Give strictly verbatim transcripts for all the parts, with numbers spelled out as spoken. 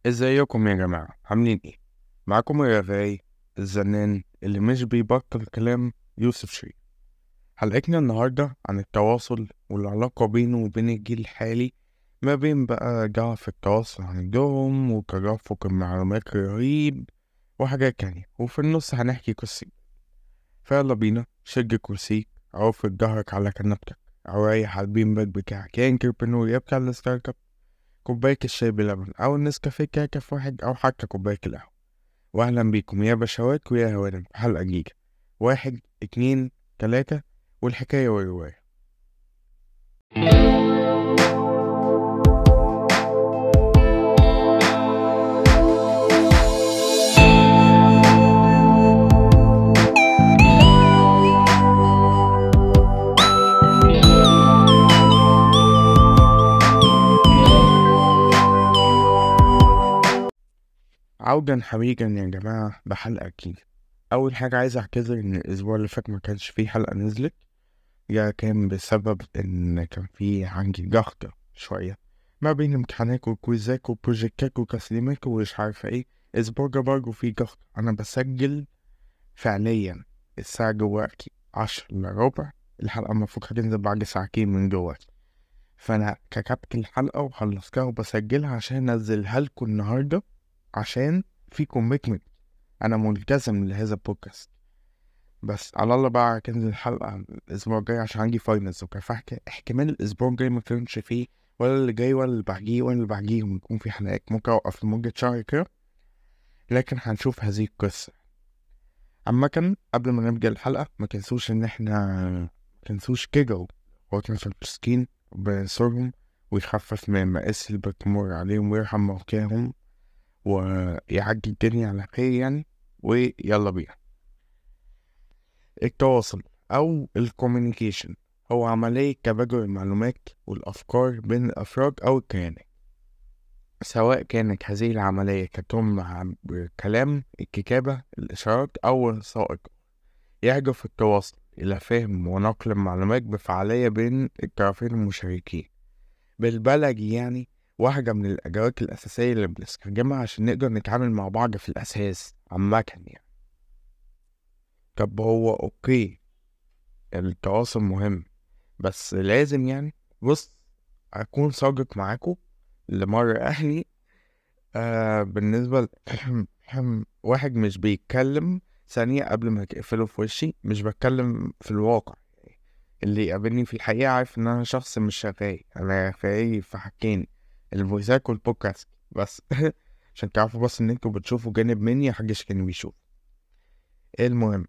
ازيكم يا جماعة عاملين ايه؟ معاكم الرغاي الزنان اللي مش بيبطل كلام يوسف شريف. حلقتنا النهاردة عن التواصل والعلاقة بينه وبين الجيل الحالي، ما بين بقى ضعف التواصل عندهم وتدفق المعلومات الرهيب وحاجات تانية، وفي النص هنحكي قصة. فيلا بينا، شج كرسيك أو في ظهرك على كنبتك أو ريح على البين باك بتاعك، يا انتربرنور يبكي على الستارت اب، كوباية الشاي بلبن أو النسكافيه كده في واحد، أو حتى كوباية القهوة. وأهلا بيكم يا بشوات ويا هوانم في حلقة جديدة. واحد اتنين تلاتة، والحكاية والرواية. عودا حميدا يا جماعة بحلقة جديدة. أول حاجة عايز أعتذر إن الأسبوع اللي فات ما كانش فيه حلقة نزلت، يا كان بسبب إن كان فيه عندي ضغط شوية ما بين امتحانات وكويزات وبروجيكتات وتسليمات ومش عارفة ايه. أسبوع ده برضه فيه ضغط. أنا بسجل فعليا الساعة دلوقتي عشرة إلا ربع، الحلقة المفروض هتنزل بعد ساعتين من دلوقتي. فأنا كتبت الحلقة وخلصتها وبسجلها عشان أنزلها لكم النهاردة، عشان في كوميتمنت، أنا ملتزم لهذا البودكاست. بس على الله بقى تنزل الحلقة الأسبوع الجاي عشان عندي فاينلز وكده، فاحتمال الأسبوع الجاي ما كانش فيه، ولا اللي جاي ولا اللي بعديه ولا اللي بعديهم يكون في حلقات. ممكن أوقف لمدة شهر كده، لكن هنشوف هذه القصة. عامة قبل ما نبدأ الحلقة ما تنسوش إن إحنا ما تنسوش كيجو وطن فلسطين بينصرهم ويخفف من المآسي اللي بتمر عليهم ويرحم موتاهم ويعدي الدنيا على خير يعني. ويلا بينا. التواصل أو الكوميونيكيشن هو عملية تبادل المعلومات والأفكار بين الأفراد أو الكيانات، سواء كانت هذه العملية تتم عبر الكلام، الكتابة، الإشارات أو الوثائق. يهدف التواصل إلى فهم ونقل المعلومات بفعالية بين الطرفين المشاركين. بالبلدي يعني واحدة من الأدوات الأساسية اللي بنستخدمها عشان نقدر نتعامل مع بعض في الأساس عامة يعني. طب هو أوكي، التواصل مهم، بس لازم يعني، بص، أكون صادق معاكم لمرة أهلي. آه بالنسبة ل... واحد مش بيتكلم ثانية قبل ما تقفله في وشي، مش بتكلم في الواقع. اللي يقابلني في الحقيقة عارف إن أنا شخص مش شفاهي، أنا شفاهي في حاجتين: الفويسات والبودكاست بس. عشان تعرفوا بس إن انتوا بتشوفوا جانب مني محدش كان بيشوف. المهم،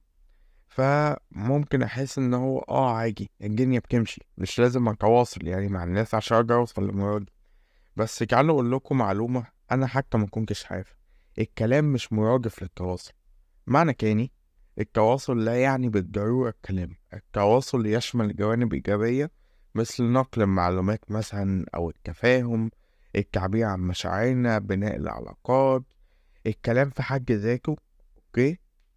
فممكن أحس إن هو آه عادي الدنيا بتمشي، مش لازم أتواصل يعني مع الناس عشان أقدر أوصل لمرادي. بس تعالوا أقول لكم معلومة أنا حتى ما كنتش عارف: الكلام مش مرادف للتواصل. معنى تاني، التواصل لا يعني بالضرورة الكلام. التواصل يشمل جوانب إيجابية مثل نقل المعلومات مثلا أو التفاهم، التعبير عن مشاعرنا، بناء العلاقات. الكلام في حد ذاته أوكي،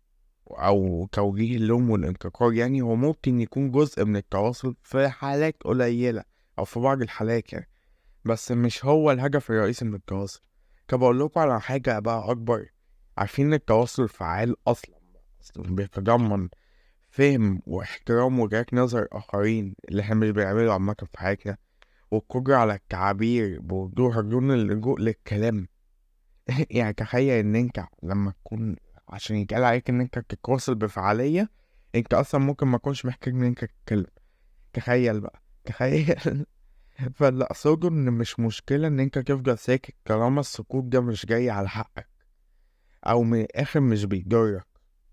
أو توجيه اللوم والانتقاد يعني، هو ممكن يكون جزء من التواصل في حالات قليلة أو في بعض الحالات يعني، بس مش هو الهدف الرئيسي من التواصل. طب أقول لكم على حاجة بقى أكبر: عارفين إن التواصل الفعال أصلا بيتضمن فهم واحترام وجهات نظر الآخرين اللي احنا مش بنعمله عامة في حياتنا، والقدرة على التعبير بوضوح دون اللجوء للكلام. يعني تخيل إن أنت لما تكون، عشان يتقال عليك إن أنت بتتواصل بفعالية، أنت أصلا ممكن ما تكونش محتاج إن أنت تتكلم. تخيل بقى، تخيل. فاللي أقصده إن مش مشكلة إن أنت تفضل ساكت طالما السكوت ده مش جاي على حقك، أو من الآخر مش بيضرك،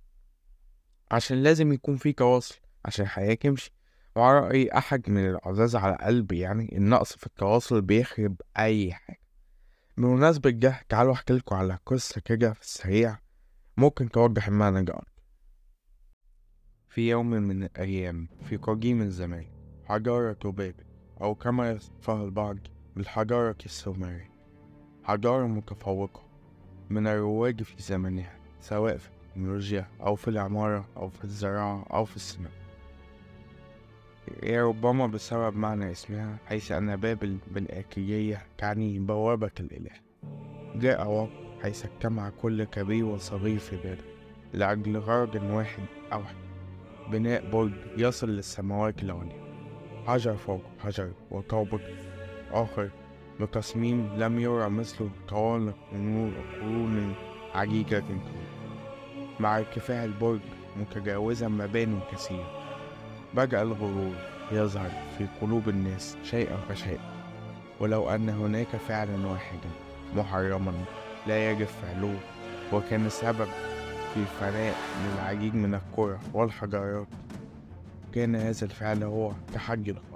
عشان لازم يكون في تواصل عشان الحياة تمشي. وعلى رأي أحد من العزاز على قلبي يعني، النقص في التواصل بيخرب أي حاجة. بمناسبة ده تعالوا أحكيلكوا على قصة كده في السريع ممكن توضح المعنى ده. في يوم من الأيام في قديم الزمان، حضارة بابل، أو كما يصفها البعض بالحضارة السومرية، حضارة متفوقة من الرواد في زمنها، سواء في التكنولوجيا أو في العمارة أو في الزراعة أو في الصناعة. هي ربما بسبب معنى اسمها، حيث أن بابل بالآكية تعني بوابة الإله. جاء وقت حيث اجتمع كل كبير وصغير في بابل لأجل غرض واحد أوحد، بناء برج يصل للسماوات العليا، حجر فوق حجر وطابق آخر بتصميم لم يرى مثله طوال نور قرون عجيجة طويلة. مع ارتفاع البرج متجاوزا مباني كثيرة، بدأ الغرور يظهر في قلوب الناس شيئا فشيئا، ولو أن هناك فعلا واحدا محرما لا يجب فعله وكان السبب في فناء للعديد من القرى والحجارات، كان هذا الفعل هو تحدي الخالق.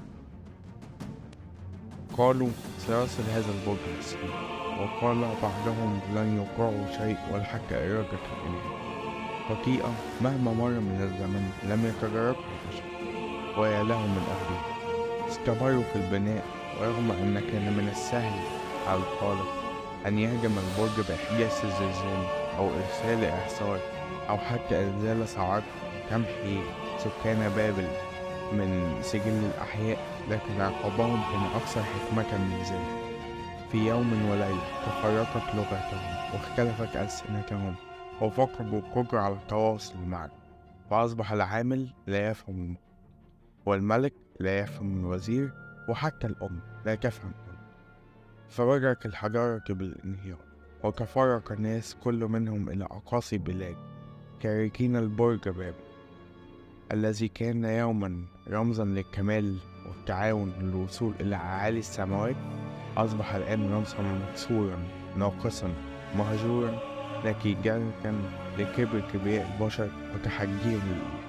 قالوا سيصل هذا البرج للسماء، وقال بعضهم لن يقعوا شيء والحق إرادة الإله. خطيئة مهما مر من الزمن لم يتجربها البشر، ويا له من أهله استمروا في البناء، ورغم أن كان من السهل على الخالق أن يهجم البرج بإحداث الزلزال أو إرسال إعصار أو حتى إنزال صاعقة تمحي سكان بابل من سجل الأحياء، لكن عقابهم كان أكثر حكمة من ذلك. في يوم وليلة تفرقت لغتهم واختلفت ألسنتهم وفقدوا القدرة على التواصل معا، فأصبح العامل لا يفهم الملك، والملك لا يفهم الوزير، وحتى الأم لا تفهم الأم. فرجعت الحجارة بالانهيار، وتفرق الناس كل منهم إلى أقاصي بلاد، تاركين البرج بابل الذي كان يوما رمزا للكمال والتعاون للوصول إلى أعالي السماوات، أصبح الآن رمزا مكسورا ناقصا مهجورا نتيجة لكبر كبرياء البشر وتحديهم لله.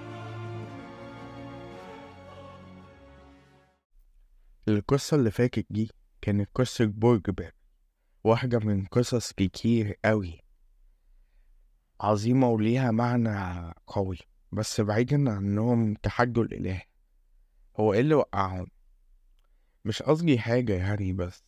القصة اللي فاتت دي كانت قصة برج بابل، واحدة من قصص كتير قوي عظيمة وليها معنى قوي، بس بعيدا عن انهم تحدوا الإله. هو ايه اللي وقعهم؟ مش قصدي حاجة يعني، بس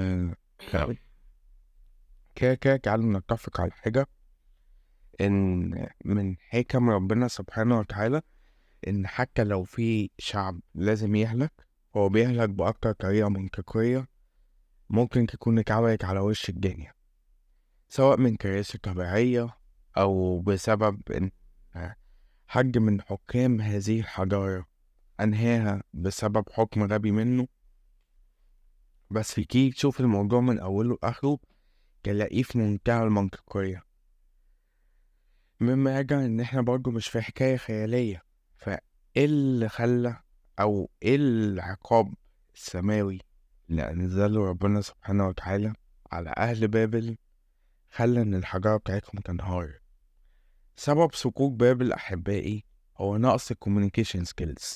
كده كده تعالوا نتفق على حاجة، ان من حكم ربنا سبحانه وتعالى ان حتى لو في شعب لازم يهلك، هو بيهلك بأكتر طريقة منطقية ممكن تكون اتعملت على وش الدنيا، سواء من كارثة طبيعية أو بسبب إن حد من حكام هذه الحضارة أنهاها بسبب حكم غبي منه. بس تيجي تشوف الموضوع من أوله لآخره تلاقيه في منتهى المنطقية، مما يجعل إن إحنا برضو مش في حكاية خيالية. فإيه اللي خلى أو إيه العقاب السماوي اللي أنزله ربنا سبحانه وتعالى على أهل بابل خلى إن الحضارة بتاعتهم تنهار؟ سبب سقوط بابل أحبائي هو نقص الكوميونيكيشن سكيلز،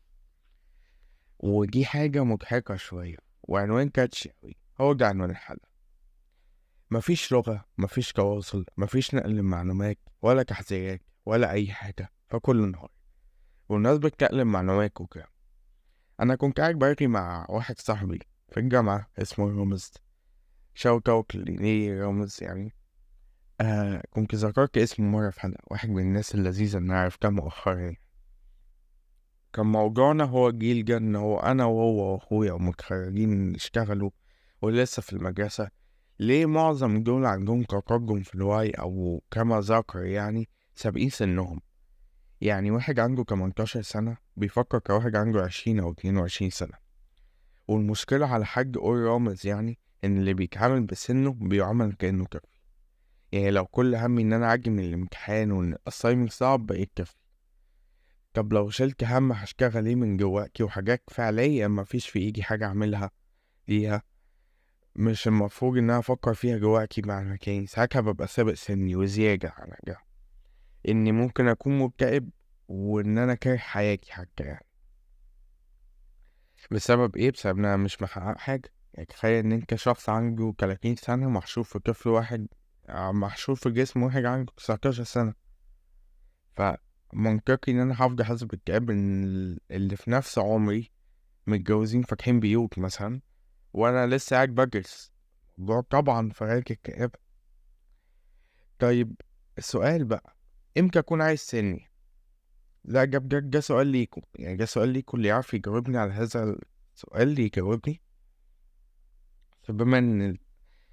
ودي حاجة مضحكة شوية وعنوان كاتشي أوي. هو ده عنوان الحلقة: مفيش لغة، مفيش تواصل، مفيش نقل المعلومات ولا تحذيرات ولا أي حاجة، فكل نهار. والناس بتتكلم معلومات وكده. أنا كنت قاعد برغي مع واحد صاحبي في الجامعة اسمه رامز، شاوت اوت ليه رامز يعني. آه كنت ذكرت اسمه مرة في حلقة، واحد من الناس اللذيذة اللي عرفتها مؤخرا. كان موضوعنا هو جيل جن، هو أنا وهو وأخويا ومتخرجين اشتغلوا ولسه في المدرسة. ليه معظم دول عندهم تقدم في الوعي أو كما ذكر يعني سابقين سنهم؟ يعني واحد عنده تمنتاشر سنة بيفكر كواحد عنده عشرين أو اتنين وعشرين سنة. والمشكلة على حد قول رامز يعني إن اللي بيتعامل بسنه بيعامل كأنه طفل. يعني لو كل همي إن أنا أعجي من الامتحان وإن الأسايمنت صعب بقيت طفل. طب لو شلت هم هشتغل ايه من جواكي وحاجات فعليا مفيش في ايدي حاجة اعملها ليها، مش المفروض ان انا افكر فيها جواكي مع مكاني؟ ساعتها ببقى سابق سني وزيادة على ده، اني ممكن اكون مكتئب وان انا كاره حياتي حتى يعني. بسبب ايه؟ بسبب ان انا مش محقق حاجة. يعني تخيل ان انت شخص عنده تلاتين سنة محشور في طفل واحد، محشور في جسم واحد عنده تسعتاشر سنة. فمنطقي ان انا هفضل حاسس بالكآب ان اللي في نفس عمري متجوزين فاتحين بيوت مثلا وانا لسه قاعد بدرس. الموضوع طبعا فرق الكآبة. طيب السؤال بقى، امتى اكون عايز سني؟ لا جاب جاب جا سؤال ليكم، يعني جا سؤال ليكم اللي يعرف يجاوبني على هذا السؤال اللي يجاوبني. فبما ان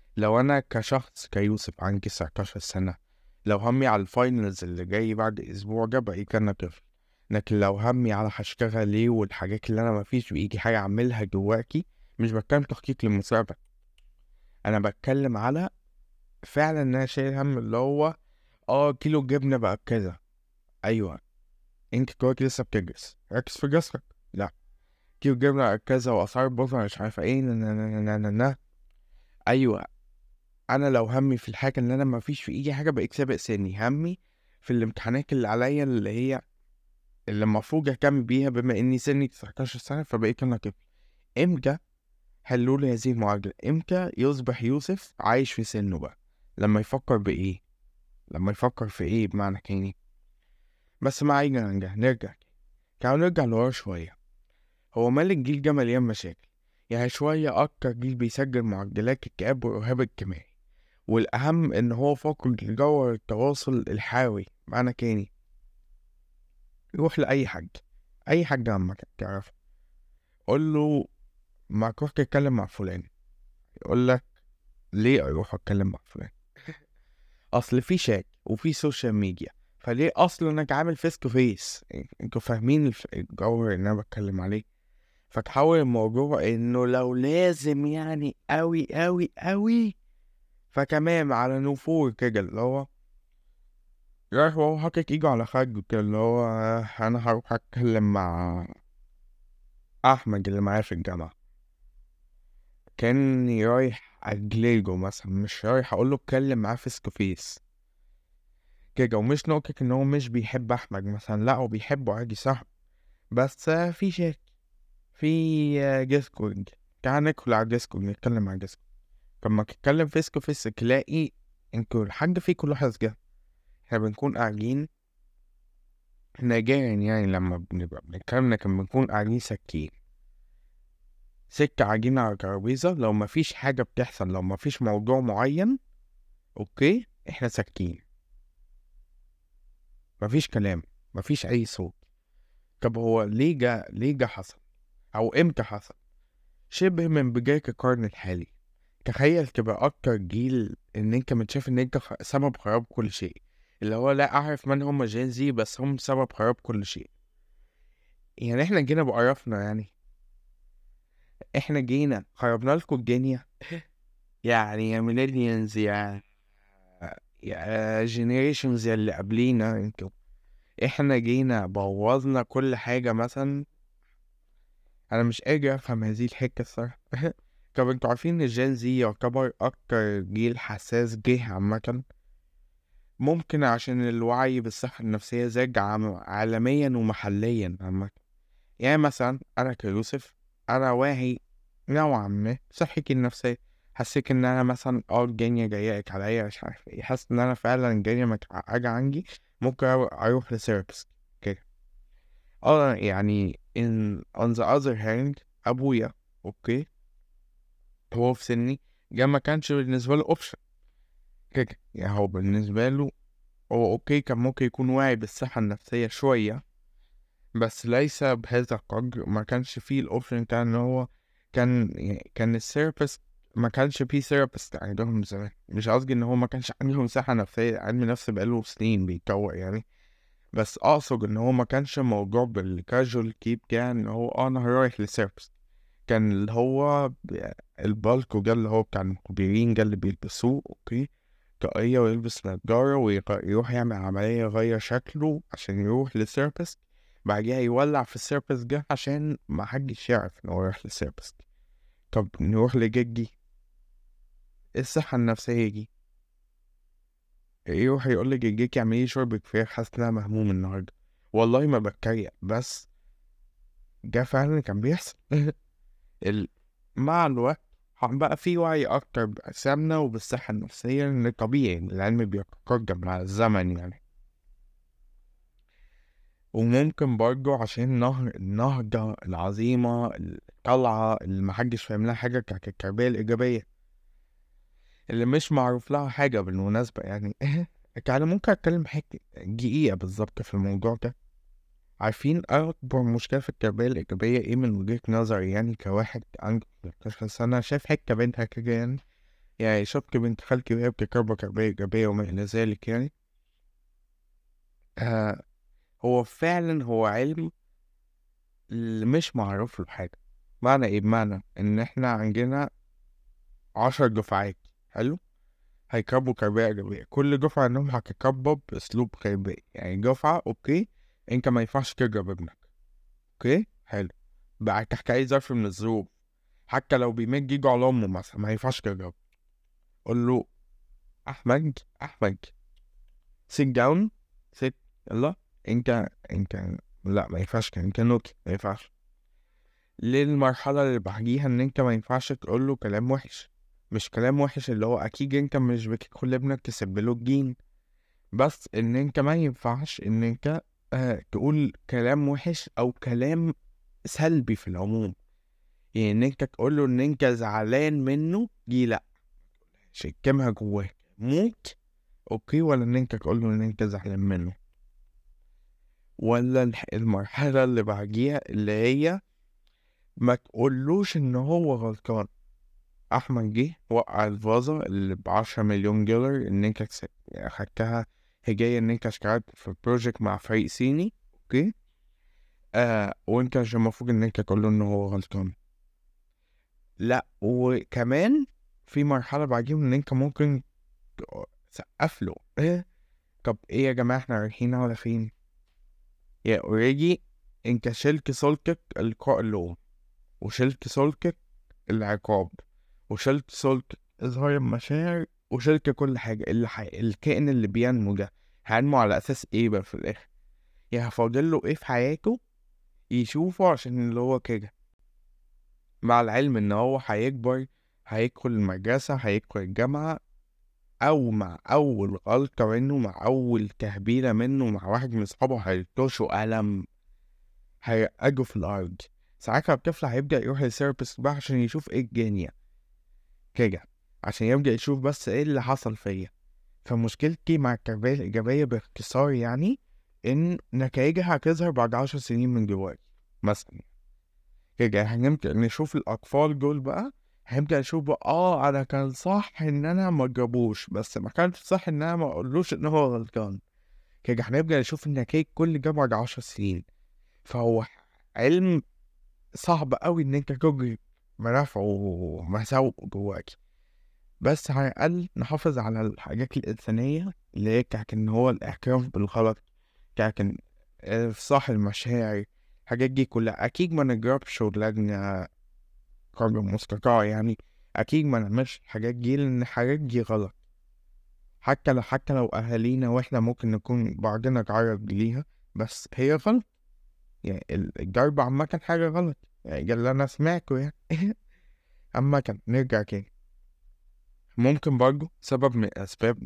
لو انا كشخص كيوسف عندي تسعتاشر سنة، لو همي على الفاينلز اللي جاي بعد اسبوع ده بقى كان طفل. لكن لو همي على هشتغل ليه والحاجات اللي انا مفيش بيجي حاجة اعملها جواكي، مش بتكلم تحقيق للمستقبل، انا بتكلم على فعلا ان انا شايل هم اللي هو اه كيلو جبنة بقى بكذا. ايوه، انت جواكي لسه بتجلس، ركز في جسمك. لا، كيلو جبنة بقى بكذا واسعار بطل مش عارفة ايه نا نا نا نا نا نا. ايوه، انا لو همي في الحاجه ان انا ما فيش في ايدي حاجه بقيت سابق سني، همي في الامتحانات اللي عليا اللي هي اللي المفروض اهتم بيها بما اني سني تسعتاشر سنه فبقيت انا طفل. امتى حلول هذه المعادله؟ امتى يصبح يوسف عايش في سنه بقى؟ لما يفكر بايه؟ لما يفكر في ايه بمعنى تاني؟ بس ما عايزنا نرجع نرجع تعالوا نرجع لورا شويه. هو مال الجيل ده مليان مشاكل، يعني شويه اكتر جيل بيسجل معدلات الكآب والارهاب الاجتماعي، والأهم إن هو فاقد جوهر التواصل الحيوي. معنى كاني يروح لأي حد، أي حد عمك تعرف، قول له ما تروح تتكلم مع فلان، يقول لك ليه أروح أتكلم مع فلان؟ أصل في شات وفي سوشيال ميديا، فليه أصلا أنا عامل فيس تو فيس؟ انتوا فاهمين الف- الجوهر اللي أنا بتكلم عليه؟ فتحول الموضوع إنه لو لازم يعني أوي أوي أوي، فكمان على نفور كده اللي هو رايح وهو حاطط ايده على خده كده اللي هو انا هروح اتكلم مع احمد اللي معايا في الجامعة، كاني رايح اجليجو مثلا، مش رايح اقوله اتكلم معاه فيس تو فيس كده. ومش نقطة ان هو مش بيحب احمد مثلا، لا هو بيحبه عادي صح، بس في شات، في ديسكورد، تعال ندخل على ديسكورد نتكلم على ديسكورد. لما تتكلم فيس تو فيس تلاقي انتوا الحاجة في كل واحد جه، احنا بنكون قاعدين نجاً يعني لما بنبقى بنتكلم، لكن بنكون قاعدين ساكتين سكة عجينة على ترابيزة. لو مفيش حاجة بتحصل، لو مفيش موضوع معين، اوكي احنا ساكتين، مفيش كلام، مفيش اي صوت. طب هو ليه جا ليه جا حصل او امتى حصل؟ شبه من بداية القرن الحالي. تخيل تبقى اكتر جيل ان انت متشاف ان انت خ- سبب خراب كل شيء، اللي هو لا اعرف من هم جينزي بس هم سبب خراب كل شيء. يعني احنا جينا بقرفنا يعني، احنا جينا خربنا لكم الدنيا يعني يا ميلينيالز يا يا جينيريشنز اللي قبلينا انتوا، احنا جينا بوظنا كل حاجة مثلا. انا مش قادر افهم هذه الحكة الصراحة. طب انتوا عارفين ان الجين زي يعتبر اكتر جيل حساس جه عامة؟ ممكن عشان الوعي بالصحة النفسية زاد عام- عالميا ومحليا عامة. يعني مثلا انا كيوسف، انا واعي نوعا ما صحتي النفسية، حسيت ان انا مثلا اه الدنيا جاياك عليا مش عارف ايه، حاسس ان انا فعلا الدنيا متعقجة عندي، ممكن أرو- اروح لثيرابيست كده. اه يعني in on the other hand ابويا، اوكي هو في سني، ده ما كانش بالنسبة له اوبشن كده. يعني هو بالنسبة له هو اوكي كان ممكن يكون واعي بالصحة النفسية شوية، بس ليس بهذا القدر. ما كانش فيه الاوبشن بتاع ان هو كان يعني كان الثيرابيست، ما كانش فيه ثيرابيست عندهم زمان. مش قصدي ان هو ما كانش عندهم مساحة نفسية، علم نفس بقاله سنين بيتطور يعني، بس اقصد ان هو ما كانش موضوع بالكاجوال كيب كان ان هو اه انا رايح للثيرابيست. كان اللي هو ب- البالكو ده اللي هو بتاع المخبرين ده اللي بيلبسوه اوكي طاقية ويلبس نضارة ويروح يعمل عملية يغير شكله عشان يروح للثيرابيست، بعدها يولع في الثيرابيست ده عشان ما حدش يعرف ان هو رايح للثيرابيست. طب نروح لجدي، ايه الصحة النفسية دي؟ يروح يقول لجدك اعملي شرب كفاية، حاسس انها مهموم النهاردة. والله ما بتريق، بس ده فعلا كان بيحصل. ال... مع الوقت بقى في وعي أكتر بأجسامنا وبالصحة النفسية، لأن طبيعي العلم بيتقدم مع الزمن يعني. وممكن برضو عشان نهر النهضة العظيمة الطلعة اللي محدش فاهم لها حاجة بتاعت التربية الإيجابية، اللي مش معروف لها حاجة بالمناسبة يعني. تعالى ممكن أتكلم حكي دقيقة بالظبط في الموضوع ده. عارفين أكبر مشكلة في التربية الإيجابية إيه من وجهة نظري يعني كواحد عنده تلتاشر سنة شايف حتة بنتها كده يعني؟ يعني شفت بنت خالتي وهي بتكرب كربية إيجابية وما إلى ذلك يعني. آه هو فعلا هو علم اللي مش معروف له حاجة. معنى إيه؟ بمعنى إن إحنا عندنا عشر دفعات، حلو، هيكربوا تربية إيجابية. كل دفعة إنهم هتكربوا بأسلوب تربية. يعني دفعة أوكي أنت ما ينفعش تضرب ابنك، أوكي حلو، بقى تحت أي ظرف من الظروف، حتى لو بيمد إيده على أمه مثلا ما ينفعش تضرب. قول له أحمد أحمد sit down sit، يلا أنت أنت لا ما ينفعش كده، أنت نوتي ما ينفعش. للمرحلة اللي بعديها إن أنت ما ينفعش تقول له كلام وحش. مش كلام وحش اللي هو أكيد أنت مش بتدخل ابنك تسبله الجين، بس ان انت ما ينفعش ان انت آه تقول كلام وحش او كلام سلبي في العموم. يعني ان انت تقول له ان انت زعلان منه دي لا، شكمها جواك موت، اوكي، ولا ان انت تقول له ان انت زعلان منه. ولا الح- المرحلة اللي بعديها اللي هي ما تقولوش ان هو غلطان. احمد جه وقع الفازة اللي بعشرة مليون دولار ان انت كسب- يعني اخدتها هدية ان انت اشتغلت في بروجكت مع فريق صيني، اوكي، آه وانت مش المفروض ان انت تقول له ان هو غلطان. لا، وكمان في مرحلة بعديهم ان انت ممكن تسقف له. ايه؟ طب ايه يا جماعة احنا رايحين على فين؟ يا اوريدي انت شلت سلطة القاء اللوم، وشلت سلطة العقاب، وشلت سلطة اظهار المشاعر، وشلت كل حاجة. اللي حي... الكائن اللي بينمو ده هينمو على اساس ايه بقى في الاخر؟ يا هفاضل له ايه في حياته يشوفه عشان اللي هو كده؟ مع العلم ان هو هيكبر، هيدخل المدرسة، هيدخل الجامعة، او مع اول غلطة منه، مع اول تهبيلة منه مع واحد من اصحابه هيلطشوا قلم، هيقعدوا في الارض. ساعتها الطفل هيبدأ يروح للثيرابيست بقى عشان يشوف ايه الجانية كده، عشان يبدأ يشوف بس ايه اللي حصل فيا. فمشكلتي مع التربية الإيجابية باختصار يعني إن نتائجها هتظهر بعد عشر سنين من دلوقتي مثلا كده. هنبدأ نشوف الأطفال دول بقى، هنبدأ نشوف بقى اه أنا كان صح إن أنا ما أجابوش، بس ما كانش صح إن أنا ما أقولوش إن هو غلطان كده. هنبدأ نشوف النتائج كل ده بعد عشر سنين. فهو علم صعب أوي إن أنت تجري منافعه ومساوئه جواك. بس على الأقل نحافظ على الحاجات الإنسانية اللي هي بتاعت إن هو الاعتراف بالغلط، بتاعت إن إفصاح المشاعر، الحاجات دي كلها. أكيد ما نجربش ولادنا قدر المستطاع يعني، أكيد ما نعملش الحاجات دي لأن الحاجات دي غلط. حتى لو حتى لو أهالينا وإحنا ممكن نكون بعضنا اتعرض ليها، بس هي غلط. يعني ال- الضرب عامة حاجة غلط، يعني ده اللي أنا سمعته يعني. عامة نرجع تاني، ممكن برضه سبب من الأسباب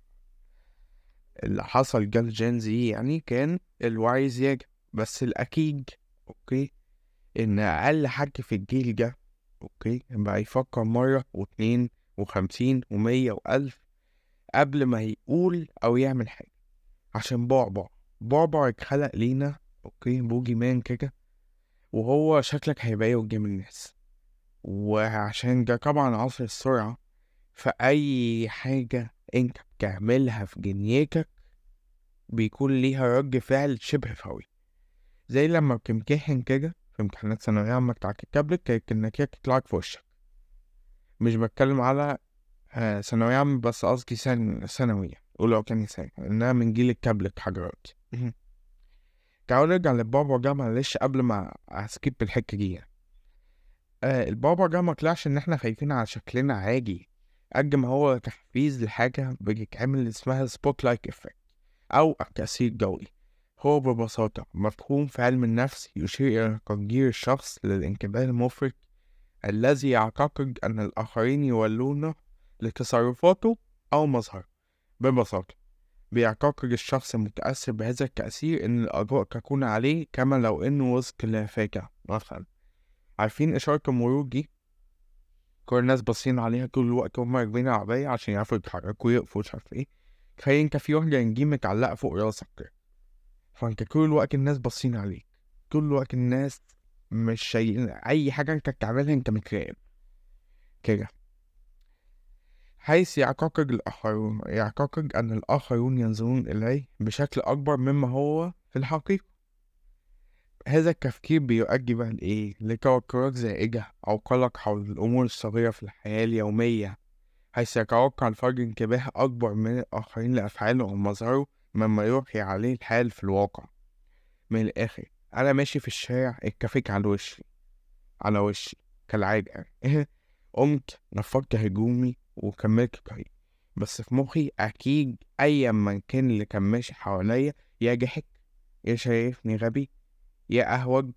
اللي حصل جال جين زي يعني كان الوعي زيادة. بس الأكيد أوكي إن أقل حد في الجيل ده أوكي بقى يفكر مرة واتنين وخمسين ومية وألف قبل ما يقول أو يعمل حاجة. عشان بعبع بعبع اتخلق لينا أوكي بوجي مان كده، وهو شكلك هيبقى قدام الناس. وعشان ده طبعا عصر السرعة، فأي حاجة انت بتعملها في دنيتك بيكون ليها رد فعل شبه فوري. زي لما بتمتحن كده في امتحانات ثانوية عامة بتاعت التابلت كانت النتيجة تطلعك في وشك. مش بتكلم على آه، ثانوية عامة بس، قصدي ثانوية ثانوية أولى وتانية ثانوي إنها من جيل التابلت حضرات. تعالوا نرجع للبابا ده معلش قبل ما أسكيب الحتة دي يعني. آه البابا ده مطلعش إن إحنا خايفين على شكلنا عادي، قد ما هو تحفيز لحاجة بتتعمل اسمها سبوت لايت إفكت أو التأثير الجوي. هو ببساطة مفهوم في علم النفس يشير إلى تقدير الشخص للانتباه المفرط الذي يعتقد أن الآخرين يولونه لتصرفاته أو مظهره. ببساطة بيعتقد الشخص المتأثر بهذا التأثير إن الأضواء تكون عليه كما لو إنه وسط لافاكة مثلا. عارفين إشارة المرور دي؟ كل الناس باصين عليها طول الوقت وهم راكبين العربية عشان يعرفوا يتحركوا ويقفوا مش عارف ايه. تخيل انت في واحدة نجيم متعلقة فوق راسك كده، فانت طول الوقت الناس باصين عليك، طول الوقت الناس مش شايلين اي حاجة انت بتعملها، انت متراقب كده. حيث يعتقد الآخرون يعتقد أن الآخرون ينظرون إليه بشكل أكبر مما هو في الحقيقة. هذا التفكير بيؤدي بقى لإيه؟ لتوترات زائجة أو قلق حول الأمور الصغيرة في الحياة اليومية، حيث يتوقع الفرد انتباه أكبر من الآخرين لأفعاله أو مظهره مما يوحي عليه الحال في الواقع. من الآخر، أنا ماشي في الشارع اتكفيك على وشي على وشي كالعادة يعني قمت نفضت هجومي وكملت طريقي، بس في مخي أكيد أيا من كان اللي كان ماشي حواليا يا ضحك يا شايفني غبي يا أهوج،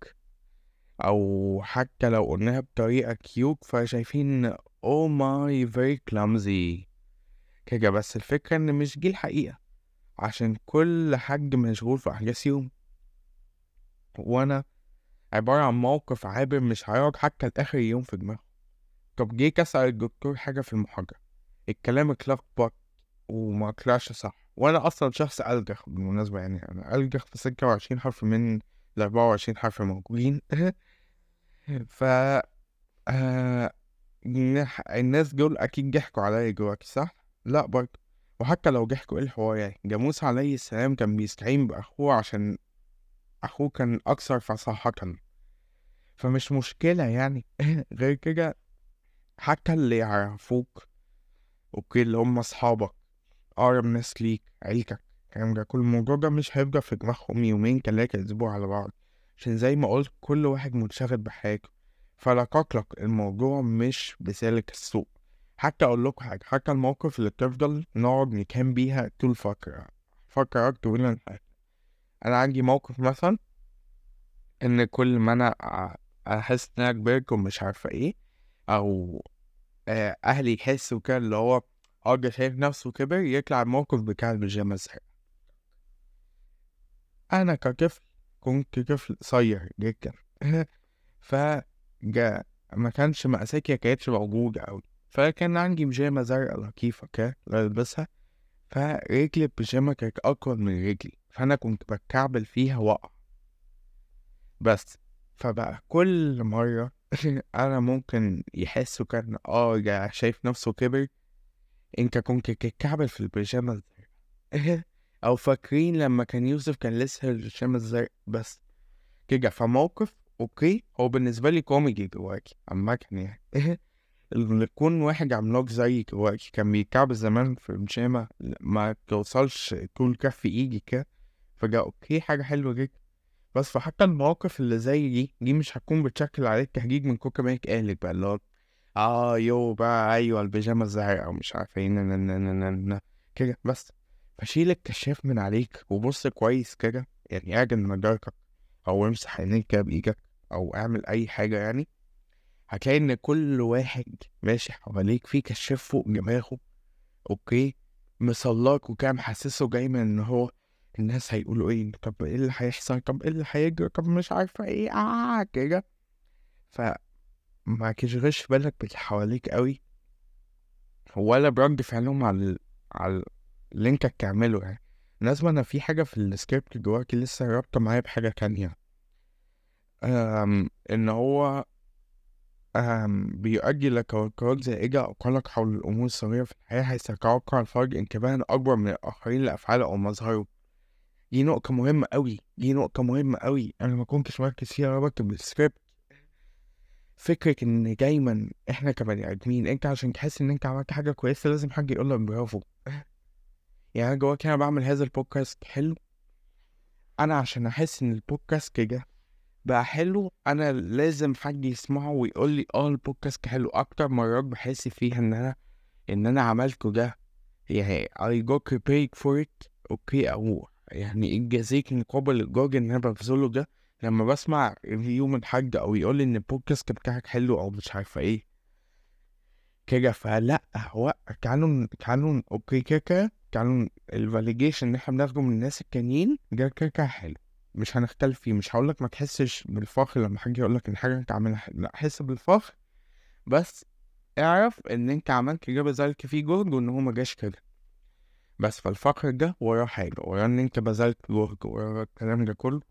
أو حتى لو قلناها بطريقة كيوت فشايفين oh my very clumsy كده. بس الفكرة إن مش دي الحقيقة، عشان كل حد مشغول في أحداث يوم، وأنا عبارة عن موقف عابر مش هيقعد حتى لآخر يوم في دماغه. طب جيت أسأل الدكتور حاجة في المحاضرة، الكلام اتلخبط وما طلعش صح، وأنا أصلا شخص ألجخ بالمناسبة، يعني أنا ألجخ في ستة وعشرين حرف من الأربعة وعشرين حرف موجودين. ف آه... نح- الناس دول أكيد ضحكوا عليا جواكي صح؟ لأ برضه. وحتى لو ضحكوا إيه الحوار يعني؟ ده موسى عليه السلام كان بيستعين بأخوه عشان أخوه كان أكثر فصاحة، فمش مشكلة يعني. غير كده حتى اللي يعرفوك اوكي، اللي هم اصحابك اقرب ناس ليك عيلتك، الكلام ده كل الموضوع ده مش هيبقى في دماغهم يومين تلاتة اسبوع على بعض، عشان زي ما قلت كل واحد منشغل بحياته. فلا تقلق، الموضوع مش بسالك السوق. حتى اقول لكم حاجة، حتى الموقف اللي بتفضل نقعد نكام بيها طول فترة فترة طويلة الحياة. انا عندي موقف مثلا ان كل ما انا أ- احس ان انا كبرت ومش عارفة ايه، او آه، اهلي يحسوا كده اللي هو اه شايف نفسه كبر، يطلع الموقف بتاع البيجامة الزرقاء. انا كطفل كنت طفل قصير جدا. فجا ما كانش مقاساتي كانتش موجودة أوي، فكان عندي بيجامة زرقاء لطيفة كده بلبسها، فرجلي البيجامة كانت أطول من رجلي، فأنا كنت بتكعبل فيها وقع بس. فبقى كل مرة أنا ممكن يحسوا كان اه جا شايف نفسه كبر، انت كنت تتكعبل في البيجامة الزرقاء. او فاكرين لما كان يوسف كان لسه البيجامة الزرقاء بس كده. فموقف اوكي هو بالنسبة لي كوميدي دلوقتي عامة يعني. اللي يكون واحد عملاق زي دلوقتي كان بيتكعبل زمان في البيجامة ما توصلش طول كف ايدي كده، فجأة اوكي حاجة حلوة جدا. بس فحتى المواقف اللي زي دي دي مش هتكون بتشكل عليك تهديد من كوكا مايك قالك بقى اللي هو اه يو بقى ايوه البيجامه الزرقاء او مش عارف ايه نا- نا- نا- نا- نا- نا. كده بس. فشيل الكشاف من عليك وبص كويس كده، يعني اعجن نضارتك او امسح عينيك كده بايدك او اعمل اي حاجه يعني. هتلاقي ان كل واحد ماشي حواليك في كشاف فوق دماغه اوكي، مصلاك وكده محسسه دايما ان هو الناس هيقولوا ايه، طب ايه اللي هيحصل، طب ايه اللي هيجري، طب مش عارفه ايه اه كده. فما تشغلش بالك باللي حواليك قوي، ولا برد فعلهم على ال... على اللي انت بتعمله يعني. لازم انا في حاجة في السكريبت جواكي لسه رابطة معايا بحاجة تانية، أم... ان هو أم... بيؤدي لتوترات زائجة او قلق حول الامور الصغيرة في الحياة، حيث يتوقع الفرد انتباها اكبر من الاخرين لافعاله او مظهره. دي نقطة مهمة قوي، دي نقطة مهمة قوي انا ما كنتش مركز فيها وانا بكتب السكريبت. فكرة ان دايما احنا كبني ادمين انت عشان تحس ان انت عملت حاجة كويسة لازم حد يقولك برافو. يعني انا جواك انا بعمل هذا البودكاست حلو، انا عشان احس ان البودكاست كده بقى حلو انا لازم حد يسمعه ويقول لي اه البودكاست حلو. اكتر مرات بحس فيها ان انا ان انا عملته ده يعني I got paid for it اوكي، او يعني انجازيك مقابل الجهد ان انا ببذله ده لما بسمع ريفيو من حد او يقول لي ان البودكاست بتاعك حلو او مش عارفه ايه كده. فلا هو كانوا كانوا اوكي كده كانوا الفاليديشن اللي احنا بناخده من الناس التانيين ده كده حلو، مش هنختلف فيه. مش هقولك ما تحسش بالفخر لما حد يقولك ان حاجه انت عاملها حلو، لا حس بالفخر، بس اعرف ان انت عملت اجابه ذلك فيه جهد وان هو ما جاش كده بس. فالفخر ده وراه حاجه، وراه ان انت بذلت جهد، وراه الكلام ده كله،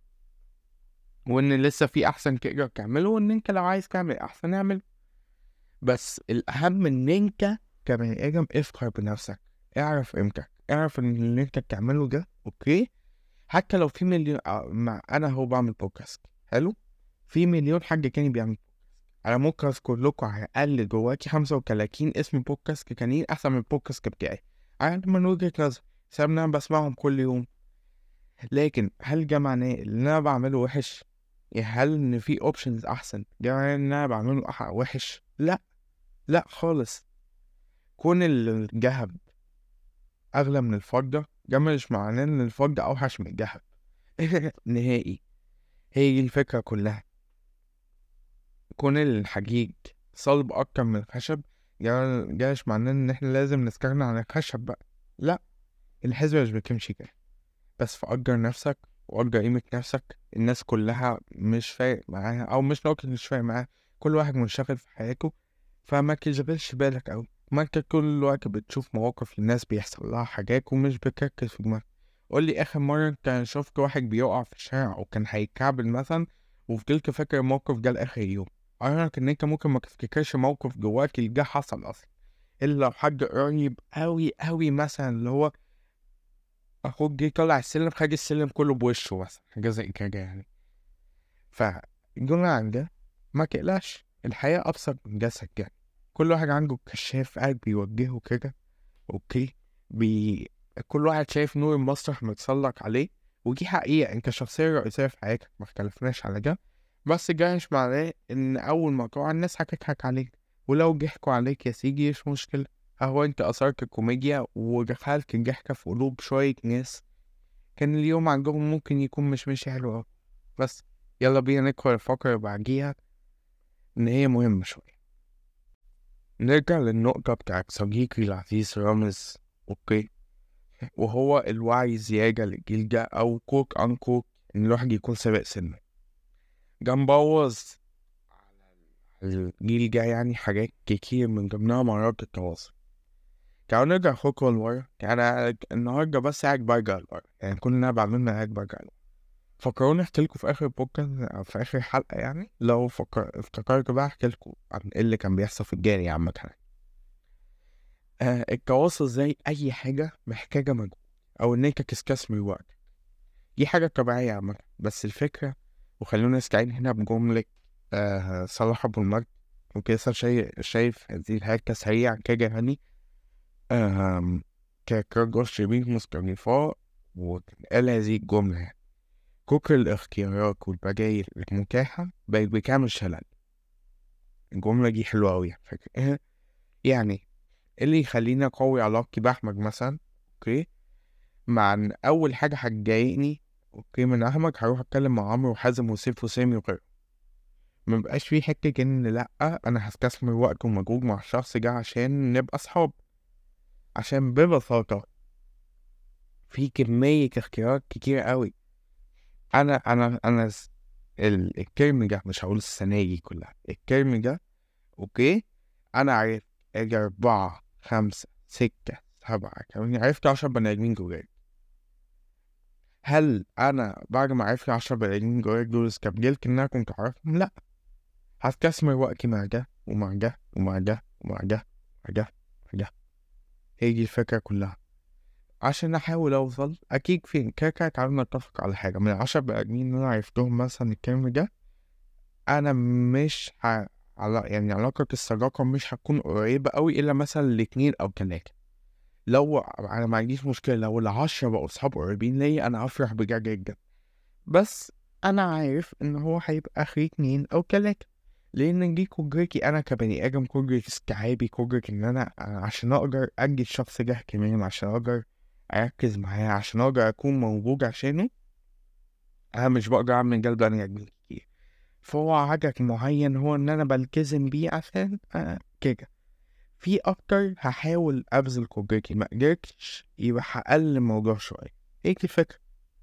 وان لسه في احسن تقدر تعمله، وان انت لو عايز تعمل احسن اعمل. بس الاهم ان انت كبني آدم افخر بنفسك، اعرف قيمتك، اعرف ان اللي انت بتعمله ده اوكي. حتى لو في مليون آه، مع انا هو بعمل بودكاست حلو، في مليون حاجة تاني بيعمل. انا ممكن اذكر لكم على الاقل جواكي خمسة وتلاتين اسم بودكاست تانيين احسن من البودكاست بتاعي، عادي من وجهة نظري بسبب ان انا بسمعهم كل يوم. لكن هل ده معناه ان انا بعمله وحش؟ يعني هل ان في اوبشنز احسن ده معناه ان انا بعمله أح- وحش؟ لا، لا خالص. كون الذهب اغلى من الفضة ده مش معناه ان الفضة اوحش من الذهب نهائي. هي دي الفكرة كلها. كون الحديد صلب اكتر من الخشب ده ده مش معناه ان احنا لازم نستغنى عن الخشب بقى، لا. الحسبة مش بتمشي كده. بس فأجر نفسك وأجر قيمة نفسك. الناس كلها مش فارق معاها، أو مش نقطة مش فارق معاها، كل واحد منشغل في حياته، فما تشغلش بالك أوي. ما انت كل وقت بتشوف مواقف للناس بيحصل لها حاجات ومش بتركز في دماغك. قولي آخر مرة انت شفت واحد بيقع في الشارع وكان هيتكعبل مثلا وفضلت فاكر الموقف ده لآخر يوم. أعرفك إن انت ممكن ما تفتكرش موقف جواك اللي ده حصل أصلا، إلا لو حد قريب أوي أوي مثلا، اللي هو اخوك جه طلع السلم خد السلم كله بوشه مثلا، حاجه زي كده يعني. فالجمله عن ده، ما تقلقش، الحياه ابسط من جسد يعني. كل واحد عنده كشاف قاعد بيوجهه كده، اوكي. بي... كل واحد شايف نور المسرح متسلق عليه، ودي حقيقة انت شخصية رئيسية في حياتك، ما اختلفناش على ده. بس ده مش معناه ان اول ما تقع الناس هتضحك عليك، ولو ضحكوا عليك يا سيدي مش مشكلة. اهو انت اثرت الكوميديا ودخلت الضحكة في قلوب شوية ناس كان اليوم عندهم ممكن يكون مش ماشي حلو أوي. بس يلا بينا ندخل الفقرة اللي بعديها، إن هي مهمة شوية. نرجع للنقطة بتاعت صديقي العزيز رامز، أوكي، وهو الوعي الزيادة للجيل ده، أو كوك أن كوك إن الواحد يكون سابق سنه. ده مبوظ على الجيل ده يعني حاجات كتير، من ضمنها مهارات التواصل. تعالوا نرجع خطوة لورا. أنا النهاردة بس قاعد برجع لورا، يعني كل اللي أنا بعمله قاعد برجع لورا. فكروني احكيلكوا في اخر بودكاست او في اخر حلقة، يعني لو فكر افتكرت بقى احكيلكوا عن ايه اللي كان بيحصل في الجاري عامة. آه التواصل زي اي حاجة محتاجة مجهود، او ان انت تستثمر وقت. دي حاجة طبيعية عامة، بس الفكرة، وخلونا نستعين هنا بجملة آه صلاح ابو المجد، وكيسا شايف شايف هذه الحكاية سريعا كده يعني. آه كرجل شرير مستضيفاه، وقال هذه الجملة يعني: كتر الاختيارات والبدايل المتاحة بقت بتعمل شلل. الجملة دي حلوة أوي على فكرة. إيه؟ يعني اللي يخليني أقوي علاقتي بأحمد مثلا، أوكي، مع إن أول حاجة هتضايقني أوكي من أحمد هروح أتكلم مع عمرو وحازم وسيف وسامي وغيره. مبقاش في حتة إن لأ أنا هستثمر وقت ومجهود مع الشخص ده عشان نبقى أصحاب. عشان ببساطة في كمية اختيارات كتير أوي. أنا أنا أنا س- ال- الترم ده، مش هقول السنة دي كلها، الترم ده اوكي، انا عرفت اجي اربعة خمسة ستة سبعة كمان، عرفت عشر بني ادمين جوجل. هل انا بعد ما عرفت عشر بني ادمين جوجل دول استبدلت ان انا كنت اعرفهم؟ لا. هستثمر وقتي مع ده ومع ده ومع ده ومع ده ومع ده ومع ده. هي دي الفكرة كلها. عشان احاول اوصل اكيد فين كده كده. تعالوا نتفق على حاجة، من العشر بني ادمين اللي انا عرفتهم مثلا الترم ده، انا مش ه... على يعني علاقة الصداقة مش هتكون قريبة قوي الا مثلا الاتنين او تلاتة. لو انا ما عنديش مشكلة لو العشرة بقوا صحاب قريبين ليا، انا افرح بجد جدا. بس انا عارف ان هو هيبقى اخري اتنين او تلاتة، لان دي قدرتي انا كبني ادم، قدرة استيعابي، قدرة ان انا عشان اقدر ادي الشخص ده اهتمام، عشان اقدر اركز معاه، عشان اقدر اكون موجود عشانه. انا مش بقدر اعمل ده لبني ادمين كتير. فهو عدد معين هو ان انا بلتزم بيه عشان آه كده. في اكتر هحاول ابذل قدرتي، ما قدرتش يبقى هقلل الموضوع شويه. هيك دي الفكره.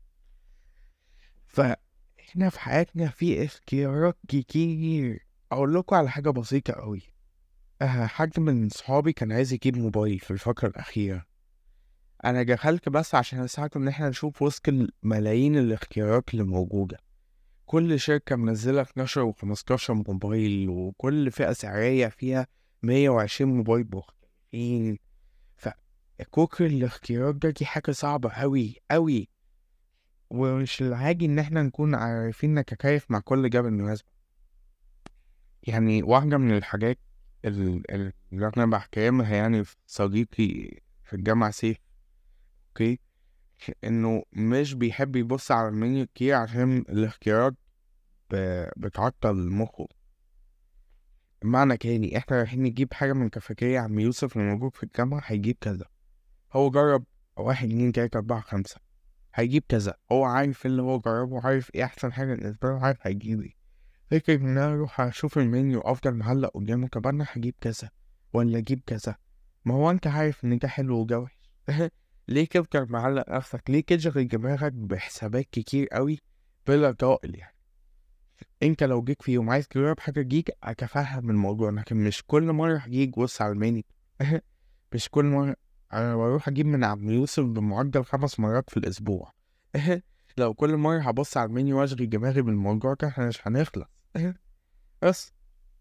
فاحنا في حياتنا في اختيارات كتير. اقول لكم على حاجه بسيطه قوي. أه حد من صحابي كان عايز يجيب موبايل في الفتره الاخيره. انا دخلت بس عشان اساعده ان احنا نشوف وسط الملايين الاختيارات اللي موجوده. كل شركة منزلة اتناشر وخمستاشر موبايل، وكل فئة سعرية فيها مية وعشرين موبايل مختلف. فين. فكوكر الاختيارات ده دي حاجة صعبة أوي أوي، ومش العادي إن احنا نكون عارفين نتكيف مع كل ده بالمناسبة. يعني واحدة من الحاجات ال- ال- اللي أنا بحكيها يعني في صديقي في الجامعة سيف، أوكي، إنه مش بيحب يبص على المنيو كتير عشان الاختيارات ب- بتعطل مخه. بمعنى تاني، احنا رايحين نجيب حاجة من كافيتيريا عم يوسف اللي موجود في الجامعة، هيجيب كذا. هو جرب واحد اتنين تلاتة أربعة خمسة، هيجيب كذا. هو عارف اللي هو جربه، عارف ايه أحسن حاجة بالنسبة له، عارف هيجيب ايه. فكرة إن أنا أروح أشوف المنيو أفضل معلق قدامه، طب أنا هجيب كذا ولا أجيب كذا؟ ما هو أنت عارف إن ده حلو وده وحش. ليه تفضل معلق نفسك؟ ليه تشغل دماغك بحسابات كتير قوي بلا طائل يعني؟ انت لو جيك في يوم عايز تجرب حاجة جيك اتفهم الموضوع، لكن مش كل مرة هجيك بص على المنيو. مش كل مرة. انا بروح اجيب من عم يوسف بمعدل خمس مرات في الاسبوع. لو كل مرة هبص على المنيو واشغل دماغي بالموضوع ده احنا مش هنخلص. بس